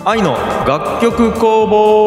愛の楽曲工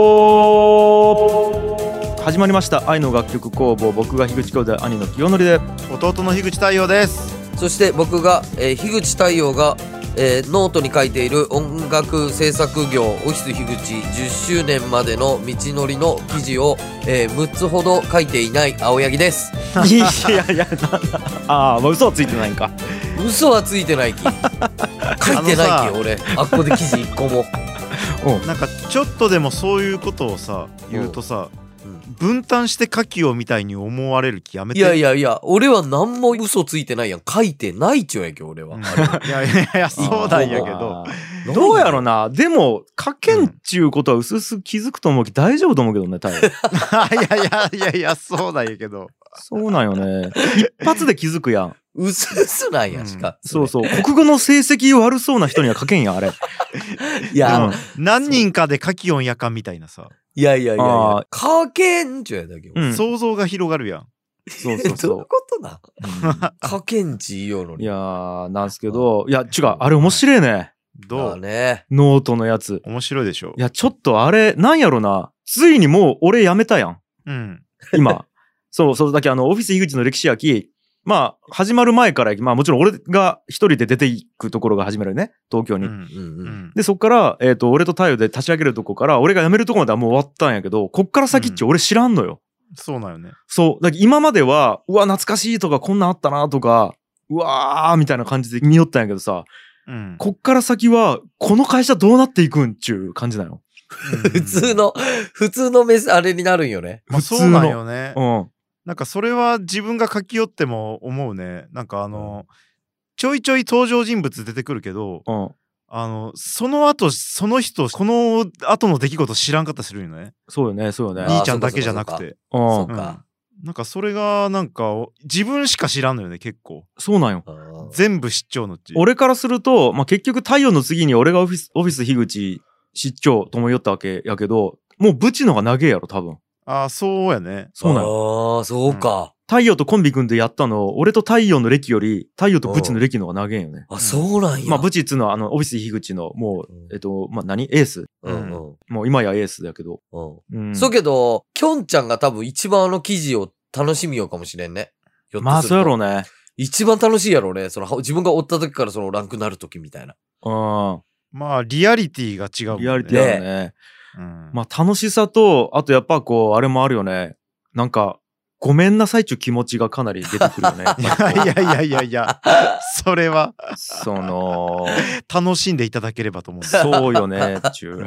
房始まりました。愛の楽曲工房、僕が樋口兄弟兄の清則で、 弟の樋口太陽です。 そして僕が、樋口太陽が、ノートに書いている音楽制作業オフィス樋口10周年までの道のりの記事を、6つほど書いていない青柳です。 いや嘘はついてないんか。 嘘はついてないき書いてないき俺あっこで記事1個もなんかちょっとでもそういうことをさ言うとさ、分担して書きようみたいに思われる気やめて。 いや俺は何も嘘ついてないやん。書いてないっちゅうやんけ俺は、 いやそうなんやけどどうやろな。でも書けんっちゅうことは薄々気づくと思うけど大丈夫と思うけどね、多分。 いやそうなんやけど。 そうなんよね。一発で気づくやん。 薄々なんやしか、 そう国語の成績悪そうな人には書けんやんあれ。 いや、 何人かで書きよんやかんみたいなさ。 いや書けんちゅうやだけど、 想像が広がるやん。 どういうことな、書けんち言いようのに。 いやーなんすけど、いや違う、あれ面白いね。 どうね、 ノートのやつ面白いでしょ。 いやちょっとあれなんやろな、ついにもう俺やめたやん、今。そうだけオフィス樋口の歴史やき、まあ始まる前から、まあもちろん俺が一人で出ていくところが始まるよね、東京に。でそっから俺と太陽で立ち上げるとこから俺が辞めるとこまではもう終わったんやけど、こっから先っち俺知らんのよ。 そうなんよね。 そうだけど今まではうわ懐かしいとかこんなんあったなとかうわーみたいな感じで見よったんやけどさ、こっから先はこの会社どうなっていくんっちゅう感じなの。 普通のあれになるんよね。 そうなんよね。なんかそれは自分が書き寄っても思うね。なんかちょいちょい登場人物出てくるけど、その後その人この後の出来事知らんかったりするよね。 そうよね。 兄ちゃんだけじゃなくて。 そうか。 なんかそれがなんか自分しか知らんのよね結構。 そうなんよ。 全部知っちゃうのって。 俺からすると、まあ、結局太陽の次に俺がオフィス樋口知っちゃうと思いよったわけやけど、もうブチのが長えやろ多分。 そうやね。 そうなんよ。 そうか。 太陽とコンビ組んでやったの、俺と太陽の歴より太陽とブチの歴の方が長えんよね。 そうなんや。 まあブチっつうのはオフィス樋口のもうまあ何エース。もう今やエースだけど。 そうけどきょんちゃんが多分一番記事を楽しみようかもしれんね。 まあそうやろうね。 一番楽しいやろうね。自分が追った時からランクなる時みたいな。 まあリアリティが違うもんね。 リアリティあるね。まあ楽しさと、あとやっぱあれもあるよね。なんかごめんなさいっちゅう気持ちがかなり出てくるよね。 いやそれは楽しんでいただければと思う。 そうよねっちゅう。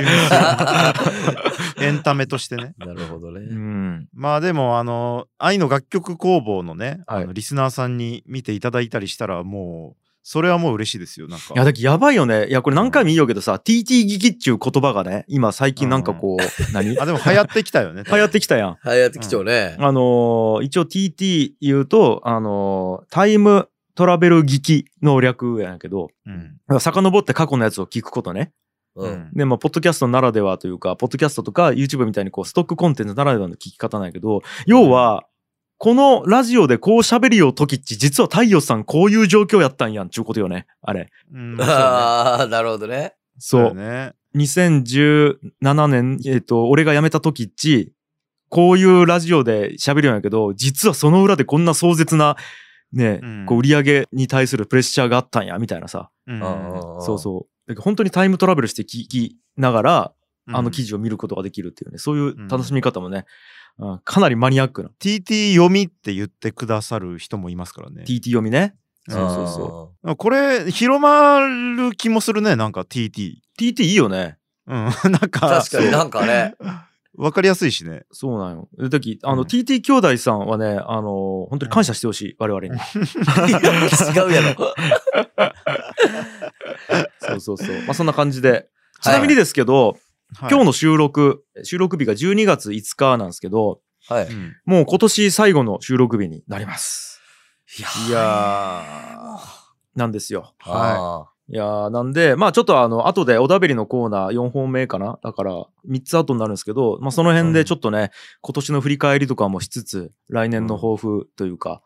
エンタメとしてね。 なるほどね。 まあでも愛の楽曲工房のね、リスナーさんに見ていただいたりしたらもうそれはもう嬉しいですよ。なんかいやだけやばいよね。いやこれ何回も言いようけどさ、TT 劇っちゅう言葉がね今最近なんかでも流行ってきたよね。 流行ってきたやん。 流行ってきちゃうね。 一応 TT 言うとタイムトラベル劇の略やんけど、遡って過去のやつを聞くことね。でまあポッドキャストならではというか、ポッドキャストとか YouTube みたいにストックコンテンツならではの聞き方なんやけど、要はこのラジオでこう喋るよときっち、実は太陽さんこういう状況やったんやんちゅうことよね、あれ。 なるほどね。 そう。2017年、俺が辞めたときっち、こういうラジオで喋るんやけど、実はその裏でこんな壮絶な、ね、売り上げに対するプレッシャーがあったんや、みたいなさ。そう。だから本当にタイムトラベルして聞きながら、記事を見ることができるっていうね、そういう楽しみ方もね、かなりマニアックな。 TT 読みって言ってくださる人もいますからね。 TT 読みね。そう。 これ広まる気もするね、なんか TT。TT いいよね。 なんか。 確かになんかね。 わかりやすいしね。 そうなんよ。TT 兄弟さんはね、本当に感謝してほしい、我々に。違うやろ。 そう。まあそんな感じで。ちなみにですけど、今日の収録日が12月5日なんですけど、もう今年最後の収録日になります。いやー、なんですよ。いやー、なんで、まあちょっと後でおだべりのコーナー4本目かな、だから3つ後になるんですけど、まあその辺でちょっとね、今年の振り返りとかもしつつ、来年の抱負というか、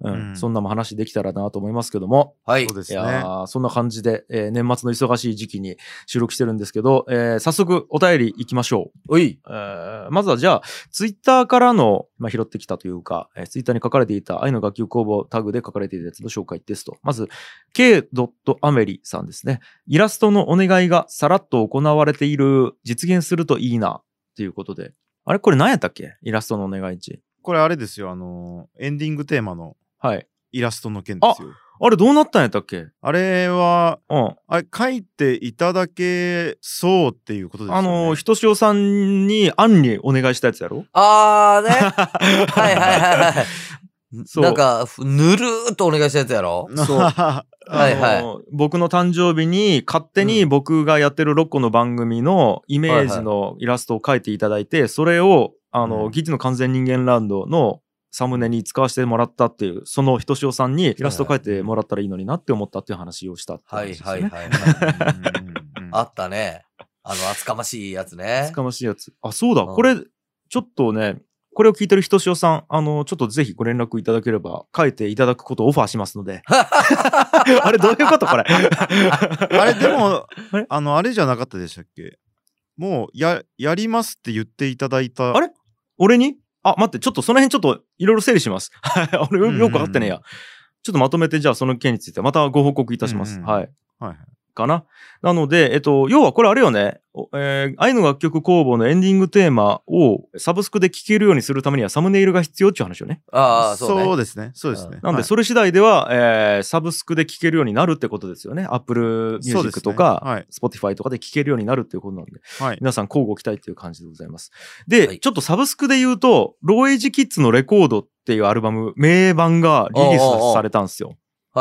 そんなも話できたらなと思いますけども。 はい。 そうですね。 いやそんな感じで、年末の忙しい時期に収録してるんですけど、早速お便り行きましょう。まずはじゃあ、ツイッターからの、拾ってきたというか、ツイッターに書かれていた愛の楽曲工房タグで書かれていたやつの紹介ですと。まず、K.Amery さんですね。イラストのお願いがさらっと行われている、実現するといいな、ということで。あれこれ何やったっけ？イラストのお願い値。 これあれですよ、エンディングテーマのイラストの件ですよ。 あれどうなったんやったっけ？ あれは、あれ書いていただけそうっていうことですよね。 ひとしおさんに案にお願いしたやつやろ？ ね。はい。なんか、ぬるーっとお願いしたやつやろ？ そう。僕の誕生日に勝手に僕がやってる6個の番組のイメージのイラストを描いていただいて、それをギチの完全人間ランドのサムネに使わせてもらったっていう、そのひとしおさんにイラスト描いてもらったらいいのになって思ったっていう話をしたって話ですね。 あったね。厚かましいやつね。 厚かましいやつ。そうだ。これ、ちょっとね、これを聞いてるひとしおさん、ちょっとぜひご連絡いただければ、書いていただくことをオファーしますので。あれ、どういうことこれ。 あれ、でも、あれじゃなかったでしたっけ？もう、やりますって言っていただいた。 あれ？俺に？待って、ちょっとその辺ちょっといろいろ整理します。俺よくわかってねえや。ちょっとまとめて、じゃあその件についてまたご報告いたします。はい。かな。なので、要はこれあれよね、愛の楽曲工房のエンディングテーマをサブスクで聴けるようにするためにはサムネイルが必要っていう話よね。 そうですね。そうですね。 なんで、それ次第では、サブスクで聴けるようになるってことですよね。Apple Music とか、Spotify とかで聴けるようになるっていうことなんで、皆さん交互期待っていう感じでございます。で、ちょっとサブスクで言うと、ローエイジキッズのレコードっていうアルバム、名盤がリリースされたんですよ。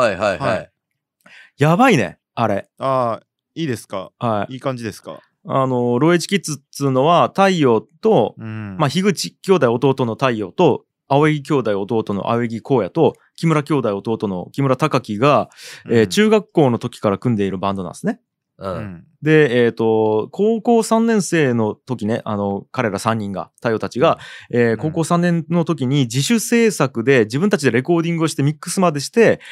やばいね。あれ。 いいですか？いい感じですか？ ローエイジキッズっつうのは、太陽と、樋口兄弟弟の太陽と、青柳兄弟弟の青柳光也と、木村兄弟弟の木村隆樹が、中学校の時から組んでいるバンドなんですね。で、高校3年生の時ね、彼ら3人が、太陽たちが、高校3年の時に自主制作で自分たちでレコーディングをしてミックスまでして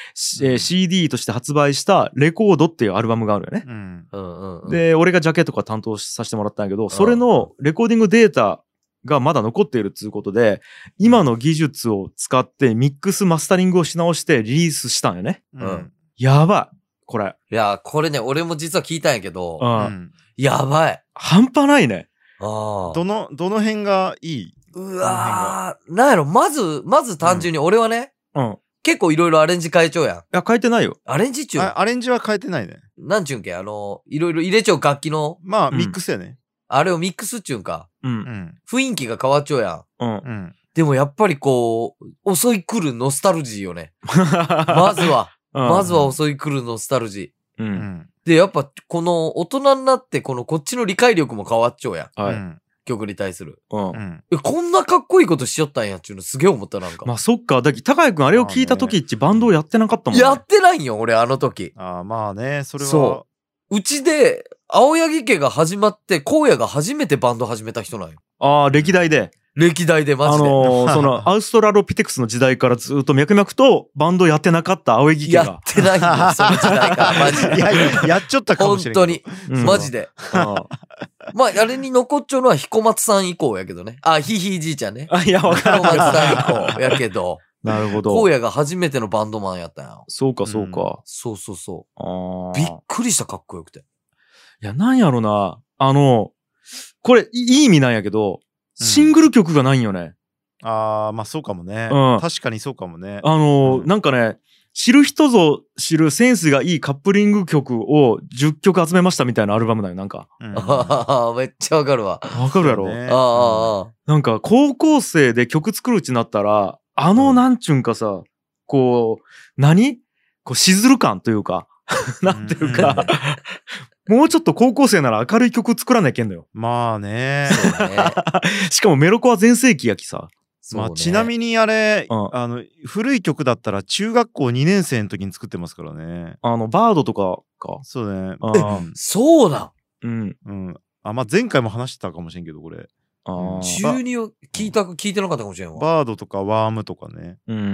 、CD として発売したレコードっていうアルバムがあるよね。で、俺がジャケとか担当させてもらったんやけど、それのレコーディングデータがまだ残っているっていうことで、今の技術を使ってミックスマスタリングをし直してリリースしたんよね。やばい。これ。 いや、これね、俺も実は聞いたんやけど、やばい。 半端ないね。 どの辺がいい？ なんやろ、まず単純に俺はね、結構いろいろアレンジ変えちゃうやん。いや、変えてないよ。 アレンジアレンジは変えてないね。 なんちゅうんけ、いろいろ入れちゃう楽器の。 まあ、ミックスやね。 あれをミックスっちゅうんか。雰囲気が変わっちゃうやん。でもやっぱりこう、襲い来るノスタルジーよね。まずは襲い来るノスタルジー。で、やっぱこの大人になってこっちの理解力も変わっちゃうやん。曲に対する。こんなかっこいいことしよったんやっちゅうのすげえ思ったなんか。 まあそっか。だけど高谷くんあれを聞いた時ってバンドをやってなかったもんね。 やってないんよ、俺あの時。 まあね、それは。 そう。うちで、青柳家が始まって、荒野が初めてバンド始めた人なんよ。 歴代で。 歴代でマジで。 そのアウストラロピテクスの時代からずっと脈々とバンドやってなかった青柳家が。 やってないんだよ、その時代から、マジで。 やっちゃったかもしれない。 本当に。マジで。まあ、あれに残っちゃうのは彦松さん以降やけどね。ひいじいちゃんね。 いや、わかる。 彦松さん以降やけど。 なるほど。 荒野が初めてのバンドマンやったんや。 そうか、そうか。 そう。びっくりした、かっこよくて。 いや、なんやろな。これ、いい意味なんやけど、シングル曲がないんよね。 まあそうかもね。確かにそうかもね。 なんかね、知る人ぞ知るセンスがいいカップリング曲を10曲集めましたみたいなアルバムだよ、なんか。 めっちゃわかるわ。 わかるやろ。なんか、高校生で曲作るうちになったら、なんちゅんかさ、こう、しずる感というか、なんていうか、もうちょっと高校生なら明るい曲作らなきゃいけんのよ。 まあね。 しかもメロコは全盛期やきさ。 まあちなみにあれ、古い曲だったら中学校2年生の時に作ってますからね。 バードとかか。 そうね。 そうだ。 まあ前回も話してたかもしれんけど、これ。 中二を聞いてなかったかもしれんわ。 バードとかワームとかね。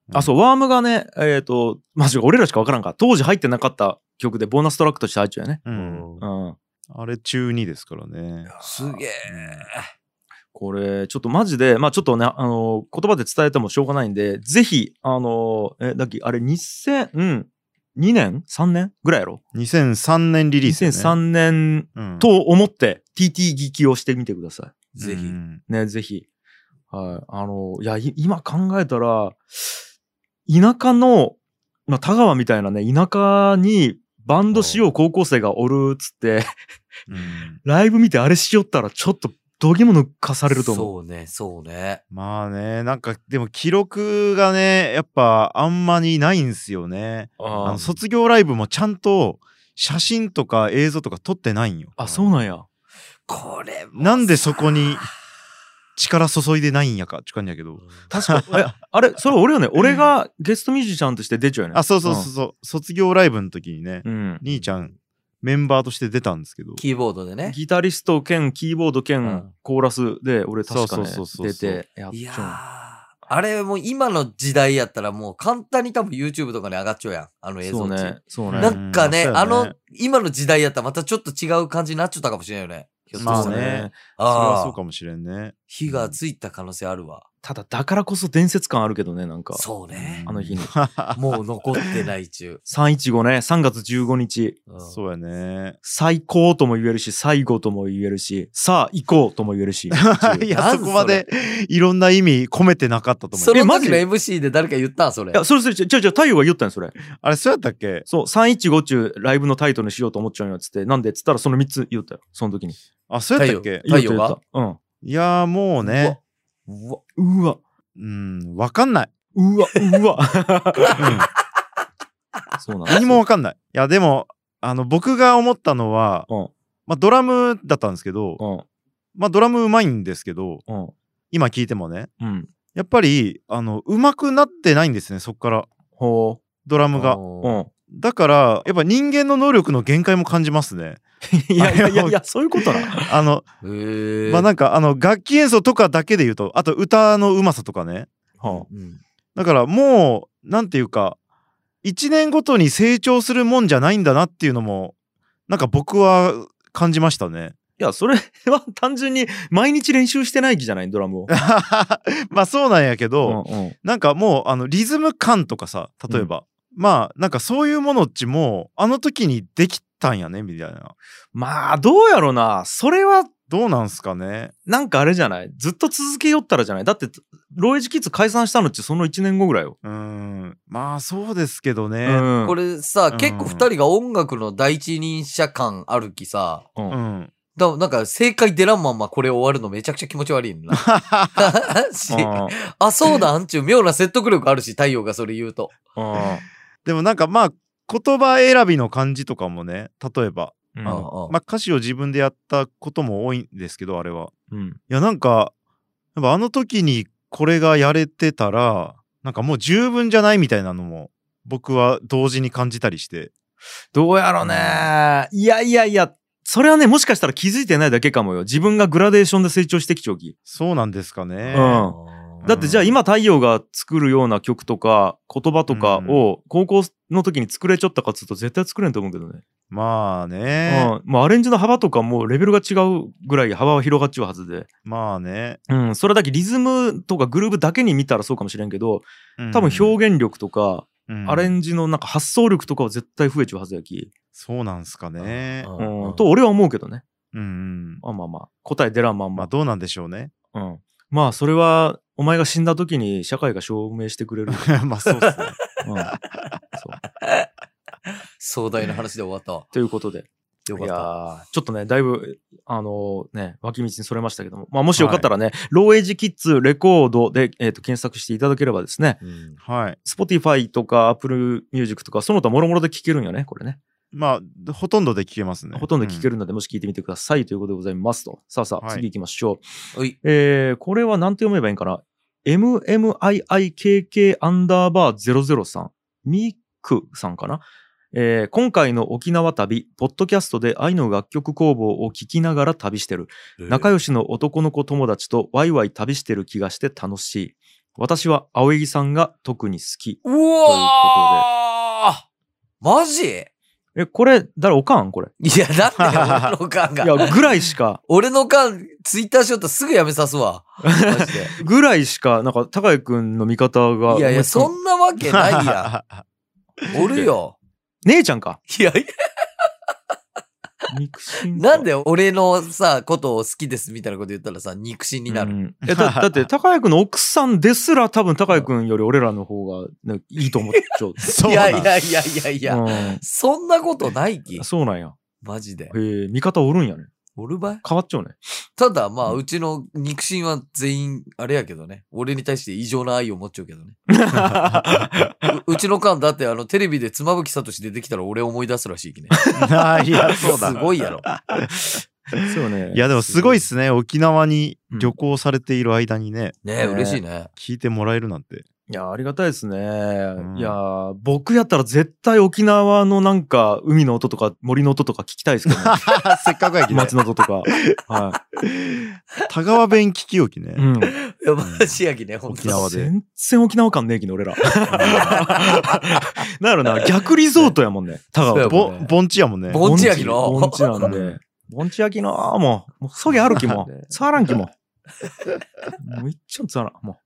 あ、そう、ワームがね、マジ俺らしか分からんか。当時入ってなかった曲でボーナストラックとして入っちゃうよね。 あれ中2ですからね。 すげえ。 これ、ちょっとマジで、まあちょっとね、言葉で伝えてもしょうがないんで、ぜひ、だっけ、あれ2002年 ?3 年ぐらいやろ ?2003 年リリース、ね。 2003年と思って TT 聞きをしてみてください。 ぜひ。 ね、ぜひ。はい。いや、今考えたら、田舎の、まあ、田川みたいなね、田舎にバンドしよう高校生がおるっつって、ライブ見てあれしよったらちょっとどぎも抜かされると思う。そうね。 まあね、なんかでも記録がね、やっぱあんまりないんすよね。卒業ライブもちゃんと写真とか映像とか撮ってないんよ。 あ、そうなんや。 これなんでそこに力注いでないんやかって感じやけど。 確かに。あれ、それ俺よね。俺がゲストミュージシャンとして出ちゃうよね。 あ、そう。卒業ライブの時にね、兄ちゃんメンバーとして出たんですけど。 キーボードでね。 ギタリスト兼キーボード兼コーラスで俺確かね出てやっちゃう。 あれもう今の時代やったらもう簡単に多分 YouTube とかに上がっちゃうやん。あの映像値。 そうね。 なんかね、今の時代やったらまたちょっと違う感じになっちゃったかもしれないよね。 まあね。それはそうかもしれんね。 火がついた可能性あるわ。 ただだからこそ伝説感あるけどね、なんか。 そうね。 あの日に。 もう残ってない中。 315ね、3月15日。 そうやね。 最高とも言えるし、最後とも言えるし、さあ行こうとも言えるし。 いや、そこまでいろんな意味込めてなかったと思う。 その時の MC で誰か言ったんそれ。 いや、それ、太陽が言ったんそれ。 あれ、そうやったっけ？ そう、315中ライブのタイトルにしようと思っちゃうんやつって、なんでっつったらその3つ言ったよ、その時に。 あ、そうやったっけ？ 太陽が？ うん。 いやーもうね。 うわ。 わかんない。 うわ。そうなんです。 何もわかんない。いや、でも、僕が思ったのは、まあ、ドラムだったんですけど、まあ、ドラムうまいんですけど、今聞いてもね、やっぱり、うまくなってないんですね、そっから。ドラムが。だから、やっぱ人間の能力の限界も感じますね。 いや、そういうことな。 まあなんか楽器演奏とかだけで言うと、あと歌のうまさとかね。だからもうなんていうか1年ごとに成長するもんじゃないんだなっていうのもなんか僕は感じましたね。 いやそれは単純に毎日練習してない気じゃないドラムを。 まあそうなんやけど、なんかもうリズム感とかさ、例えば、まあなんかそういうものっちもあの時にできたんやねみたいな。 まあどうやろな、それはどうなんすかね。 なんかあれじゃない、ずっと続けよったらじゃない。だってローエジキッズ解散したのってその1年後ぐらいよ。 まあそうですけどね。 これさ、結構2人が音楽の第一人者感あるきさ、なんか正解出らんまんまこれ終わるのめちゃくちゃ気持ち悪いんだあ、そうだ、あんちゅう妙な説得力あるし、太陽がそれ言うと。 でもなんかまあ言葉選びの感じとかもね、例えば、まあ歌詞を自分でやったことも多いんですけど、あれは。いやなんか、やっぱあの時にこれがやれてたら、なんかもう十分じゃないみたいなのも僕は同時に感じたりして。 どうやろね。いや。それはね、もしかしたら気づいてないだけかもよ。自分がグラデーションで成長してきちゃうき。 そうなんですかね。 だってじゃあ今太陽が作るような曲とか言葉とかを高校の時に作れちゃったかっつうと絶対作れんと思うけどね。 まあね。 まあアレンジの幅とかもレベルが違うぐらい幅は広がっちゃうはずで。 まあね。 それだけリズムとかグルーヴだけに見たらそうかもしれんけど、多分表現力とか、アレンジのなんか発想力とかは絶対増えちゃうはずやき。 そうなんすかね。 と俺は思うけどね。 まあ答え出らんまんま。 まあどうなんでしょうね。 まあそれはお前が死んだ時に社会が証明してくれる。 まあそうっすね。 壮大な話で終わったわ。 ということで。 よかった。 いやちょっとね、だいぶ、脇道にそれましたけども、まあ、もしよかったらね、ローエイジキッズレコードで、検索していただければですね、Spotify とか Apple Music とか、その他もろもろで聴けるんよね、これね。 まあ、ほとんどで聴けますね。 ほとんど聴けるので、もし聴いてみてくださいということでございますと。さあ、次行きましょう。 これは何て読めばいいんかな。MMIIKK_003。ミクさんかな。今回の沖縄旅、ポッドキャストで愛の楽曲工房を聞きながら旅してる。仲良しの男の子友達とワイワイ旅してる気がして楽しい。 私は青柳さんが特に好き。 うわーマジ？ これ、おかんこれ。 いや、だって俺のおかんが。 いや、ぐらいしか。 俺のおかん、ツイッターしよったらすぐやめさすわ。マジで。 ぐらいしか、なんか、高井くんの味方が。 いやいや、そんなわけないやん。おるよ。 姉ちゃんか。 いやいや。 肉親。 なんで俺のさ、ことを好きですみたいなこと言ったらさ、肉親になる。 だって、高井くんの奥さんですら多分高井くんより俺らの方が、ね、いいと思っちゃう。 いやいやいやいやいや、そんなことないき。 そうなんや。 マジで。 味方おるんやね。 おるばい？ 変わっちゃうね。 ただまあ、うちの肉親は全員、あれやけどね。俺に対して異常な愛を持っちゃうけどね。うちの間だってテレビで妻夫木聡出てきたら俺思い出すらしいきね。 いや、そうだ。 すごいやろ。 そうね。 いや、でもすごいっすね。沖縄に旅行されている間にね。 ねえ、嬉しいね。 聞いてもらえるなんて。 いや、ありがたいですね。いや、僕やったら絶対沖縄のなんか海の音とか森の音とか聞きたいですけどね。 せっかくやきね。 松の音とか。はい。 田川弁聞きよきね。 うん。 いや、マジやきね、本当沖縄で。 全然沖縄感ねえきね、俺ら。なるな、逆リゾートやもんね。田川と。盆地やもんね。 盆地やきの。 盆地なんで。盆地やきの、もう、そげあるきも。つわらんきも。もう一丁つわらん、もう。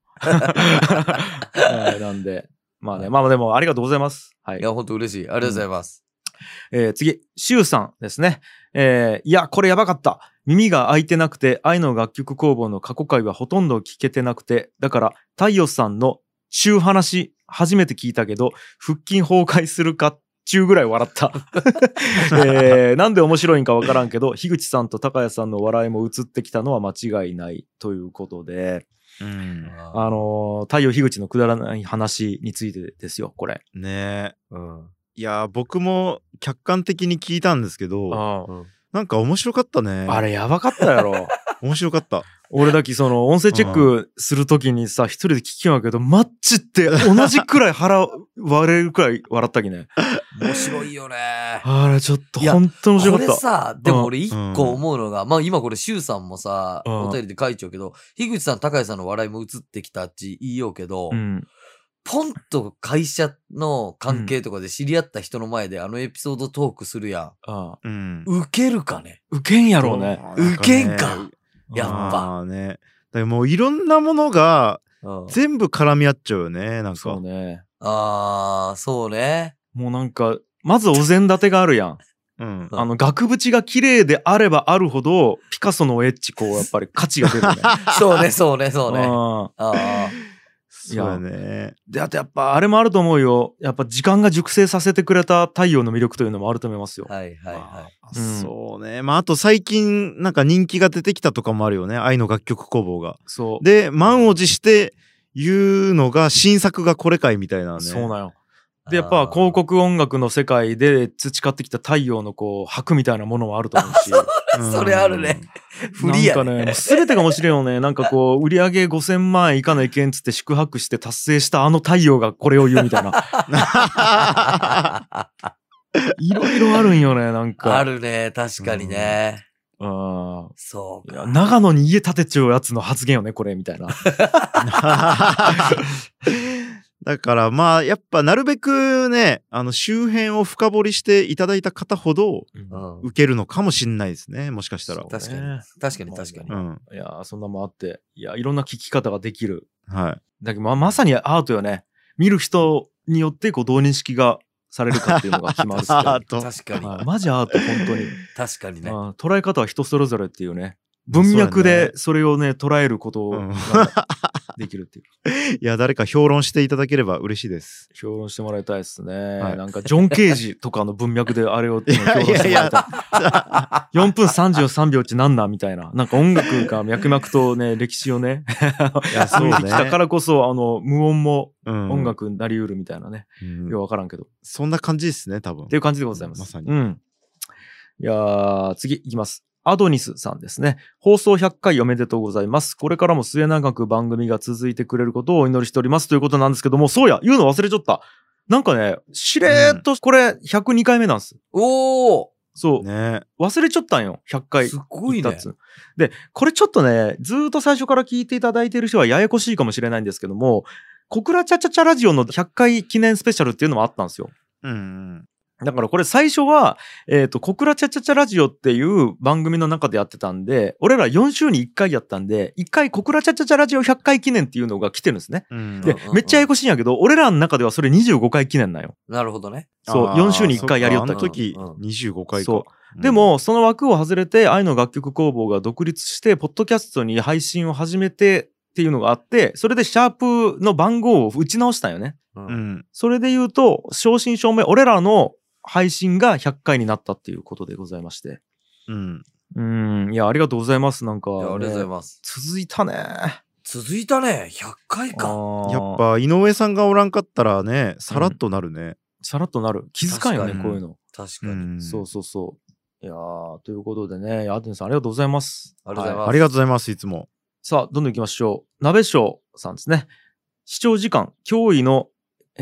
なんで、まあね、まあでもありがとうございます。はい。 いや、ほんと嬉しい。ありがとうございます。 次、シュウさんですね。いや、これやばかった。耳が開いてなくて、愛の楽曲工房の過去回はほとんど聞けてなくて、だから、太陽さんの週話、初めて聞いたけど、腹筋崩壊するか中ぐらい笑った。なんで面白いんかわからんけど、樋口さんと高谷さんの笑いも映ってきたのは間違いないということで、太陽樋口のくだらない話についてですよ、これ。 ねえ。いや、僕も客観的に聞いたんですけど、なんか面白かったね。 あれやばかったやろ。 面白かった。 俺だけ音声チェックするときにさ、一人で聞きよんやけど、マッチって同じくらい腹割れるくらい笑ったきね。 面白いよね。 あれちょっと本当面白かった。 これさ、でも俺一個思うのが、まあ今これシュウさんもさ、お便りで書いちゃうけど、樋口さん、高谷さんの笑いも映ってきたっち言いようけど、ポンと会社の関係とかで知り合った人の前でエピソードトークするやん。ウケるかね？ ウケんやろうね。 ウケんか。やっぱ。 ね。だからもういろんなものが全部絡み合っちゃうよね、なんか。 そうね。 そうね。 もうなんか、まずお膳立てがあるやん。額縁が綺麗であればあるほど、ピカソのエッジやっぱり価値が出るね。 そうね。そうやね。 で、あとやっぱあれもあると思うよ。やっぱ時間が熟成させてくれた太陽の魅力というのもあると思いますよ。 そうね。まああと最近なんか人気が出てきたとかもあるよね。愛の楽曲工房が。 そう。 で、満を持して言うのが新作がこれかいみたいなね。 そうなよ。で、やっぱ広告音楽の世界で培ってきた太陽の箔みたいなものもあると思うし。 それあるね。フリやね。 なんかね、すべてが面白いよね。なんか売り上げ5000万円いかないけんつって宿泊して達成した太陽がこれを言うみたいな。いろいろあるんよね、なんか。 あるね、確かにね。そうか。 長野に家建てちゃうやつの発言よね、これ、みたいな。 だからまあやっぱなるべくね周辺を深掘りしていただいた方ほど受けるのかもしれないですね、もしかしたら。 確かに。 いやそんなもあって、いやいろんな聞き方ができる。 はい。 だけどまさにアートよね。見る人によってどう認識がされるかっていうのが決まる。 確かに。 マジアート本当に。 確かにね。 捉え方は人それぞれっていうね。文脈でそれをね捉えることができるっていう。 いや誰か評論していただければ嬉しいです。 評論してもらいたいですね。なんかジョン・ケージとかの文脈であれを評論してもらいたい。4分33秒ってなんだみたいな。なんか音楽が脈々とね歴史をね見てきたからこそ無音も音楽になりうるみたいなね。よくわからんけど。 そんな感じですね多分。 っていう感じでございます。 まさに。 いや次いきます。アドニスさんですね。放送100回おめでとうございます。これからも末永く番組が続いてくれることをお祈りしておりますということなんですけども、そうや、言うの忘れちゃった。なんかね、しれーっとこれ102回目なんです。 おーそう、ね、忘れちゃったんよ100回すごいね。 でこれちょっとねずーっと最初から聞いていただいている人はややこしいかもしれないんですけども、小倉チャチャチャラジオの100回記念スペシャルっていうのもあったんですよ。だからこれ最初は、小倉チャチャチャラジオっていう番組の中でやってたんで、俺ら4週に1回やったんで、1回小倉チャチャチャラジオ100回記念っていうのが来てるんですね。で、めっちゃややこしいんやけど、俺らの中ではそれ25回記念なんよ。 なるほどね。 そう、4週に1回やりよった時25回か。 そう。でも、その枠を外れて、愛の楽曲工房が独立して、ポッドキャストに配信を始めてっていうのがあって、それでシャープの番号を打ち直したんよね。それで言うと、正真正銘、俺らの配信が100回になったっていうことでございまして。いや、ありがとうございます。なんか、ね、 ありがとうございます。 続いたね。 100回か。 やっぱ、井上さんがおらんかったらね、さらっとなるね。 さらっとなる。気づかんよね、こういうの。 確かに。 そうそうそう。いやー、ということでね、アテンさんありがとうございます。 ありがとうございます。 ありがとうございます、いつも。 さあ、どんどん行きましょう。鍋翔さんですね。視聴時間、驚異の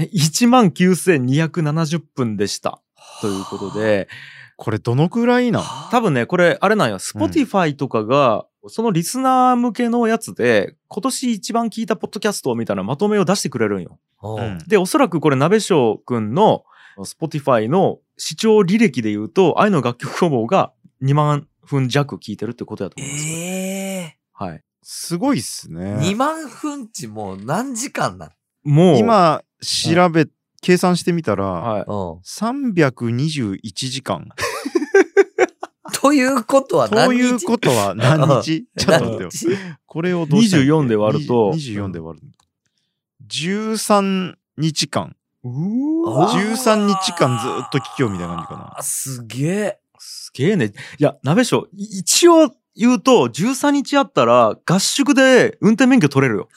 19,270分でした。ということで、 これどのくらいな？ 多分ね、これあれなんよ。Spotify とかが、そのリスナー向けのやつで、今年一番聞いたポッドキャストみたいなまとめを出してくれるんよ。で、おそらくこれ、鍋翔くんの Spotify の視聴履歴で言うと、愛の楽曲工房が2万分弱聞いてるってことだと思います。はい。 すごいっすね。 2万分値もう何時間なの？ もう今計算してみたら、321時間。 ということは何日？ ということは何日？ちょっと待ってよ。これをどうして 24で割ると、 24で割る。13日間。13日間ずっと聞きようみたいな感じかな。 すげえ。 すげえね。いや、鍋翔、一応言うと、13日あったら合宿で運転免許取れるよ。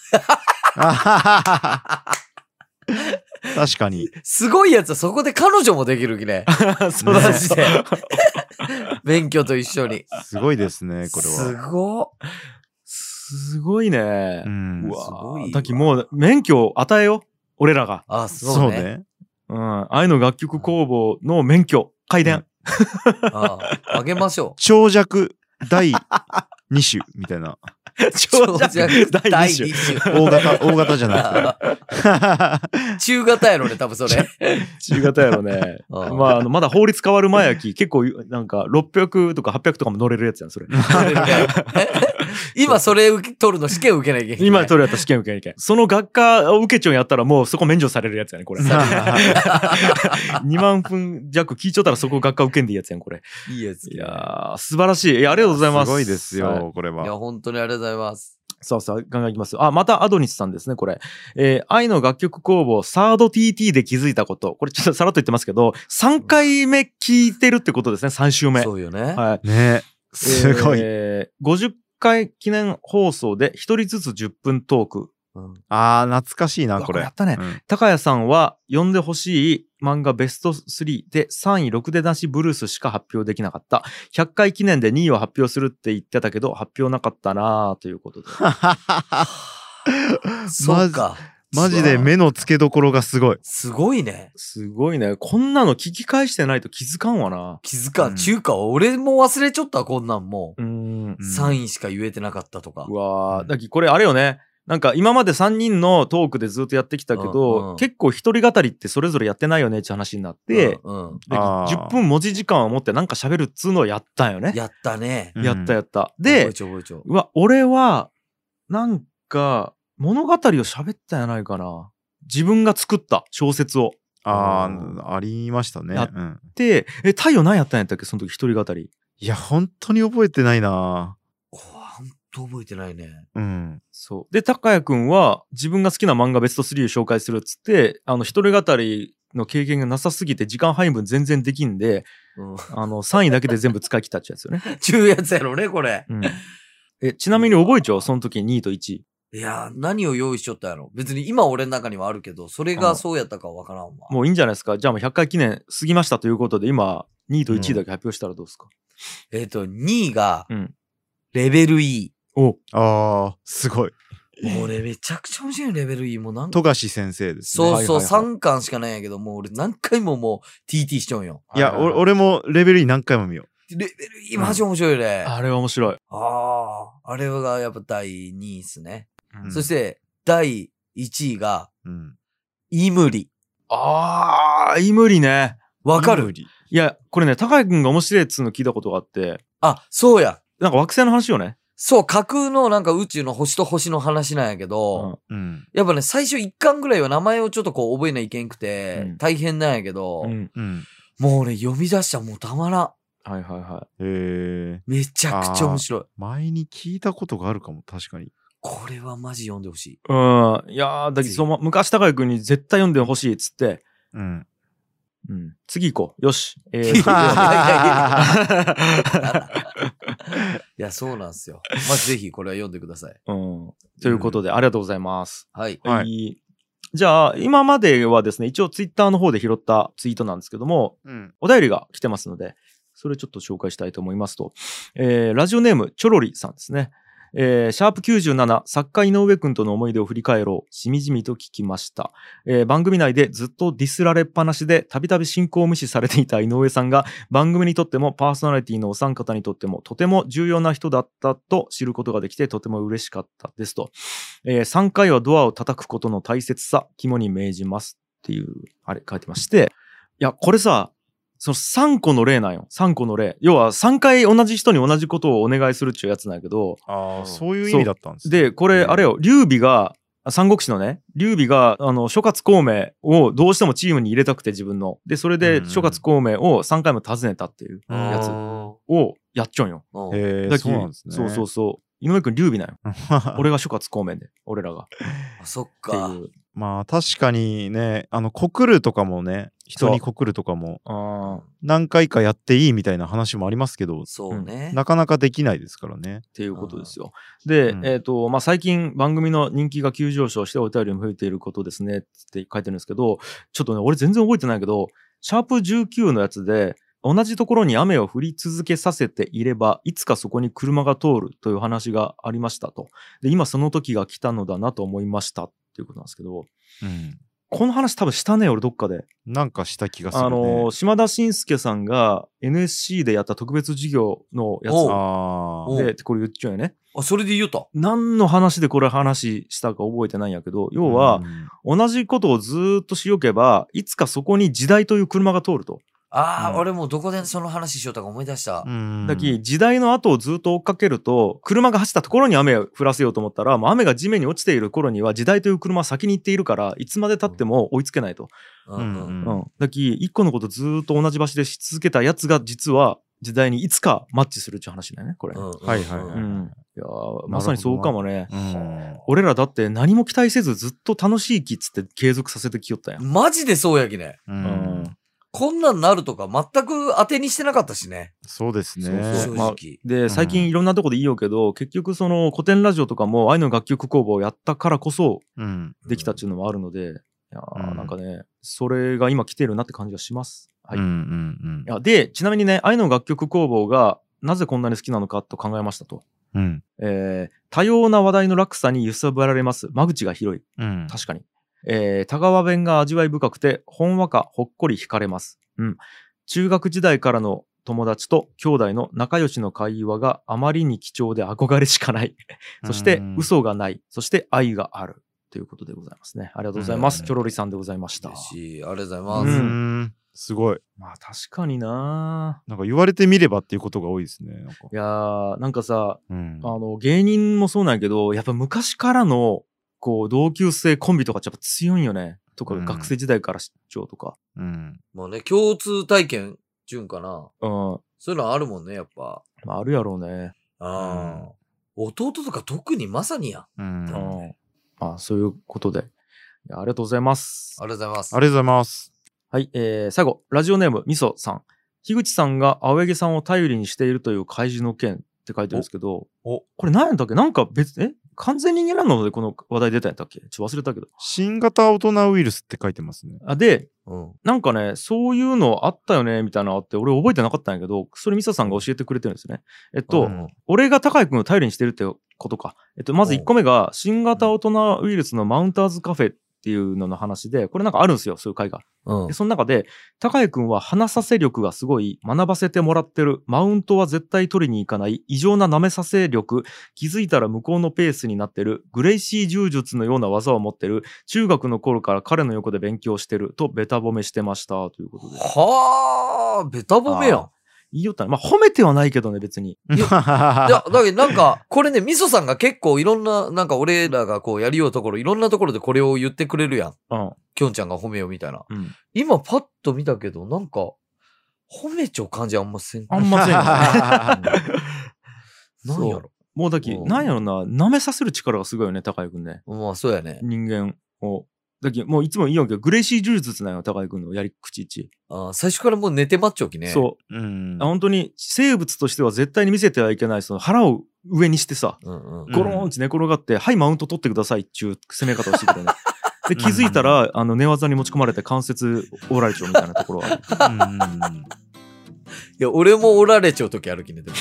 確かに。 すごいやつはそこで彼女もできるきね。 そうだしで。免許と一緒に。 すごいですね、これは。 すごいね。うわだきもう免許を与えよう。俺らが。 あ、そうね。 愛の楽曲工房の免許、開電。 あげましょう。 長尺第2種みたいな。 長尺第2種。 大型じゃなくて。中型やろね、多分それ。 中型やろね。まあ、まだ法律変わる前やき、結構なんか600とか800とかも乗れるやつやん、それ。 今それ取るの試験受けなきゃいけない。 今取るやったら試験受けなきゃいけない。その学科を受けちょんやったらもうそこ免除されるやつやね、これ。2万分弱聞いちゃったらそこ学科受けんでいいやつやん、これ。 いいやつ。 いやー、素晴らしい。いや、ありがとうございます。 すごいですよ、これは。 いや、本当にありがとうございます。 さあ、ガンガンいきます。またアドニスさんですね、これ。愛の楽曲工房、サード TT で気づいたこと。これちょっとさらっと言ってますけど、3回目聞いてるってことですね、3週目。 そうよね。 はい。 ね。すごい。 50回記念放送で一人ずつ10分トーク。 懐かしいな、これ。 やったね。高谷さんは読んでほしい漫画ベスト3で3位ろくでなしブルースしか発表できなかった。100回記念で2位を発表するって言ってたけど、発表なかったなということで。 そうか。 マジで目の付けどころがすごい。 すごいね。 すごいね。こんなの聞き返してないと気づかんわな。 気づかん。中華は俺も忘れちゃった、こんなんもう。3位しか言えてなかったとか。 うわだきこれあれよね。なんか今まで3人のトークでずっとやってきたけど、結構一人語りってそれぞれやってないよねって話になって、10分文字時間を持ってなんか喋るっつうのをやったんよね。 やったね。 やった。で、うわ、俺は、なんか、物語を喋ったんやないかな。自分が作った小説を。 ありましたね。 やって、太陽何やったんやったっけその時一人語り。 いや、本当に覚えてないな。 本当覚えてないね。 そう。で、高谷くんは自分が好きな漫画ベスト3を紹介するっつって、一人語りの経験がなさすぎて時間配分全然できんで、3位だけで全部使い切ったっちゃうやつよね。 中やつやろね、これ。 ちなみに覚えちゃうその時2位と1位。 いやー、何を用意しちゃったやろ。別に今俺の中にはあるけど、それがそうやったかわからんわ。 もういいんじゃないですか。じゃあもう100回記念過ぎましたということで、今、2位と1位だけ発表したらどうですか。 2位が、レベル E。 おすごい。 もうね、めちゃくちゃ面白いレベルいい。もうなん富樫先生ですね。 そうそう、3巻しかないんやけど、もう俺何回ももう TT しちゃうんよ。 いや、俺もレベルいい何回も見よレベルいい、マジ面白いね。 あれは面白い。 あれがやっぱ第2位っすね。そして、第1位が、イムリ。 イムリね。 わかる？ いや、これね、高井くんが面白いっつうの聞いたことがあって。 そうや。 なんか惑星の話よね。 そう、架空のなんか宇宙の星と星の話なんやけど、やっぱね、最初1巻ぐらいは名前をちょっとこう覚えないけんくて、大変なんやけど、もうね、読み出したらもうたまらん。 はいはいはい。 めちゃくちゃ面白い。 前に聞いたことがあるかも、確かに。 これはマジ読んでほしい。 いやだけど、昔高井くんに絶対読んでほしいっつって、次行こう。よし。 いや、そうなんですよ。まずぜひこれは読んでください。 ということで、ありがとうございます。 はい。 じゃあ、今まではですね、一応ツイッターの方で拾ったツイートなんですけども、お便りが来てますので、それちょっと紹介したいと思いますと、ラジオネーム、チョロリさんですね。シャープ97、作家井上くんとの思い出を振り返ろう。しみじみと聞きました。番組内でずっとディスられっぱなしで、たびたび進行を無視されていた井上さんが、番組にとってもパーソナリティのお三方にとっても、とても重要な人だったと知ることができて、とても嬉しかったですと。3回はドアを叩くことの大切さ、肝に銘じますっていう、あれ書いてまして、いや、これさ、その3個の例なんよ。3個の例。要は3回同じ人に同じことをお願いするっちゅうやつなんやけど。 そういう意味だったんですね。で、これ、あれよ、劉備が、三国志のね、劉備が、諸葛孔明をどうしてもチームに入れたくて自分の。で、それで諸葛孔明を3回も訪ねたっていうやつをやっちゃうんよ。 そうなんですね。 そう。井上くん劉備なんよ。俺が諸葛孔明で、俺らが。 そっか。 まあ確かにね、告るとかもね、人に告るとかも何回かやっていいみたいな話もありますけど、 そうね、 なかなかできないですからね。 っていうことですよ。で、まあ、最近番組の人気が急上昇してお便りも増えていることですねって書いてるんですけど、ちょっとね、俺全然覚えてないけど、シャープ19のやつで、同じところに雨を降り続けさせていれば、いつかそこに車が通るという話がありましたと。で、今その時が来たのだなと思いましたっていうことなんですけど、この話多分したね、俺どっかで。 なんかした気がするね。 島田紳介さんが NSC でやった特別授業のやつで、これ言っちゃうよね。 それで言うた。 何の話でこれ話したか覚えてないんやけど、要は、同じことをずーっとしよけば、いつかそこに時代という車が通ると。 俺もどこでその話しようたか思い出した。 だき時代の後をずっと追っかけると、車が走ったところに雨を降らせようと思ったら、もう雨が地面に落ちている頃には時代という車は先に行っているから、いつまで経っても追いつけないと。だき一個のことずっと同じ場所でし続けたやつが実は時代にいつかマッチするっていう話だよね、これ。いやまさにそうかもね。俺らだって何も期待せずずっと楽しいきっつって継続させてきよったやん。 マジでそうやきね。こんなんなるとか全く当てにしてなかったしね。 そうですね。 正直。 で、最近いろんなとこでいいよけど、結局その古典ラジオとかも愛の楽曲工房をやったからこそできたっていうのもあるので、いやなんかね、それが今来てるなって感じがします。はい。で、ちなみにね、愛の楽曲工房がなぜこんなに好きなのかと考えましたと。多様な話題の落差に揺さぶられます。間口が広い。確かに。田川弁が味わい深くて、ほんわかほっこり惹かれます。中学時代からの友達と兄弟の仲良しの会話があまりに貴重で憧れしかない。そして、嘘がない。そして、愛がある。ということでございますね。ありがとうございます。チョロリさんでございました。 嬉しい。ありがとうございます。 すごい。 まあ確かにな。 なんか言われてみればっていうことが多いですね。なんかいやー、なんかさ、芸人もそうなんやけど、やっぱ昔からのこう同級生コンビとかやっぱ強いんよね。とか、学生時代から出張とか。 もうね、共通体験ちゅうんかな。そういうのあるもんね、やっぱ。 まあ、あるやろうね。 弟とか特にまさにや。 そういうことで。ありがとうございます。 ありがとうございます。 ありがとうございます。 はい、最後、ラジオネームみそさん。樋口さんが青柳さんを頼りにしているという開示の件って書いてるんですけど、これ何やったっけ？なんか別、 完全人間ランドでこの話題出たんやったっけ？ちょっと忘れたけど。 新型大人ウイルスって書いてますね。 で、なんかね、そういうのあったよね、みたいなのあって、俺覚えてなかったんやけど、それミサさんが教えてくれてるんですね。俺が高井くんを頼りにしてるってことか。まず1個目が、新型大人ウイルスのマウンターズカフェっていうのの話で、これなんかあるんですよ、そういう会が。でその中で、高井くんは話させ力がすごい、学ばせてもらってる、マウントは絶対取りに行かない、異常な舐めさせ力、気づいたら向こうのペースになってる、グレイシー柔術のような技を持ってる、中学の頃から彼の横で勉強してる、とベタ褒めしてました、ということで。 はあ、ベタ褒めやん。 いいよったね。まあ、褒めてはないけどね、別に。 いや、だけどなんか、これね、みそさんが結構いろんな、なんか俺らがこうやりようところ、いろんなところでこれを言ってくれるやん。きょんちゃんが褒めようみたいな。今パッと見たけど、なんか、褒めちゃう感じあんません。 あんませんよね。 なんやろ。 もうだき、なんやろな、舐めさせる力がすごいよね、高井くんね。 まあ、そうやね。 人間を。だけもういつも言いようけど、グレイシー柔術なんよ、高井くんのやり口一。 最初からもう寝てまっちゃうきね。 そう。本当に生物としては絶対に見せてはいけない、その腹を上にしてさ、ゴローンって寝転がって、はい、マウント取ってくださいっていう攻め方をしてくれね。で、気づいたら、寝技に持ち込まれて関節折られちゃうみたいなところはある。 いや、俺も折られちゃう時あるきね、でも。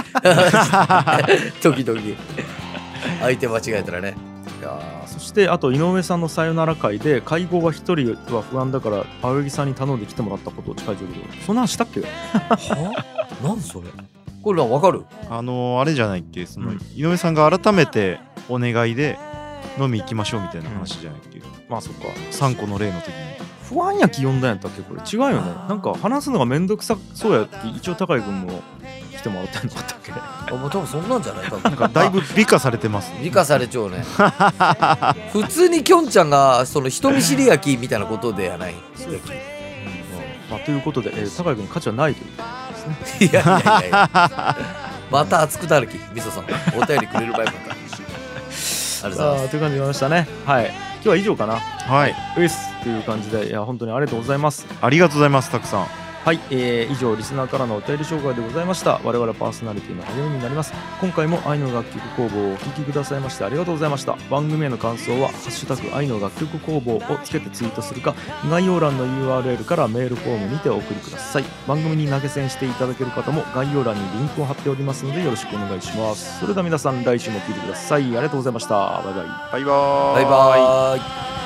時々。相手間違えたらね。 いやそしてあと井上さんのさよなら会で介護が一人は不安だから青柳さんに頼んで来てもらったことを近い状況でそんな話したっけ？ は？何それ？これは分かる？ あれじゃないっけ、その、井上さんが改めてお願いで飲み行きましょうみたいな話じゃないっけ、 まあそっか 3個の例の時に不安やき呼んだんやったっけ？これ違うよね。なんか話すのがめんどくさそうやって一応高井君も来てもらってんのかったっけ？ もう多分そんなんじゃない？多分なんかだいぶ美化されてます、 ね、美化されちゃうね。普通にきょんちゃんがその人見知り焼きみたいなことではない。 まあ、ということで、高井君に価値はないということですね。いやまた熱くなるきみそさんお便りくれる場合もか。ありがとうございます。 という感じでましたね。はい。今日は以上かな。 はい。 うっすという感じで、いや本当にありがとうございます。 ありがとうございます。たくさん。 はい、以上リスナーからのお便り紹介でございました。我々パーソナリティの励みになります。今回も愛の楽曲工房をお聴きくださいましてありがとうございました。番組への感想はハッシュタグ愛の楽曲工房をつけてツイートするか、概要欄の URL からメールフォームにてお送りください。番組に投げ銭していただける方も概要欄にリンクを貼っておりますのでよろしくお願いします。それでは皆さん来週も聴いてください。ありがとうございました。バイバイ。 バイバーイ。 バイバーイ。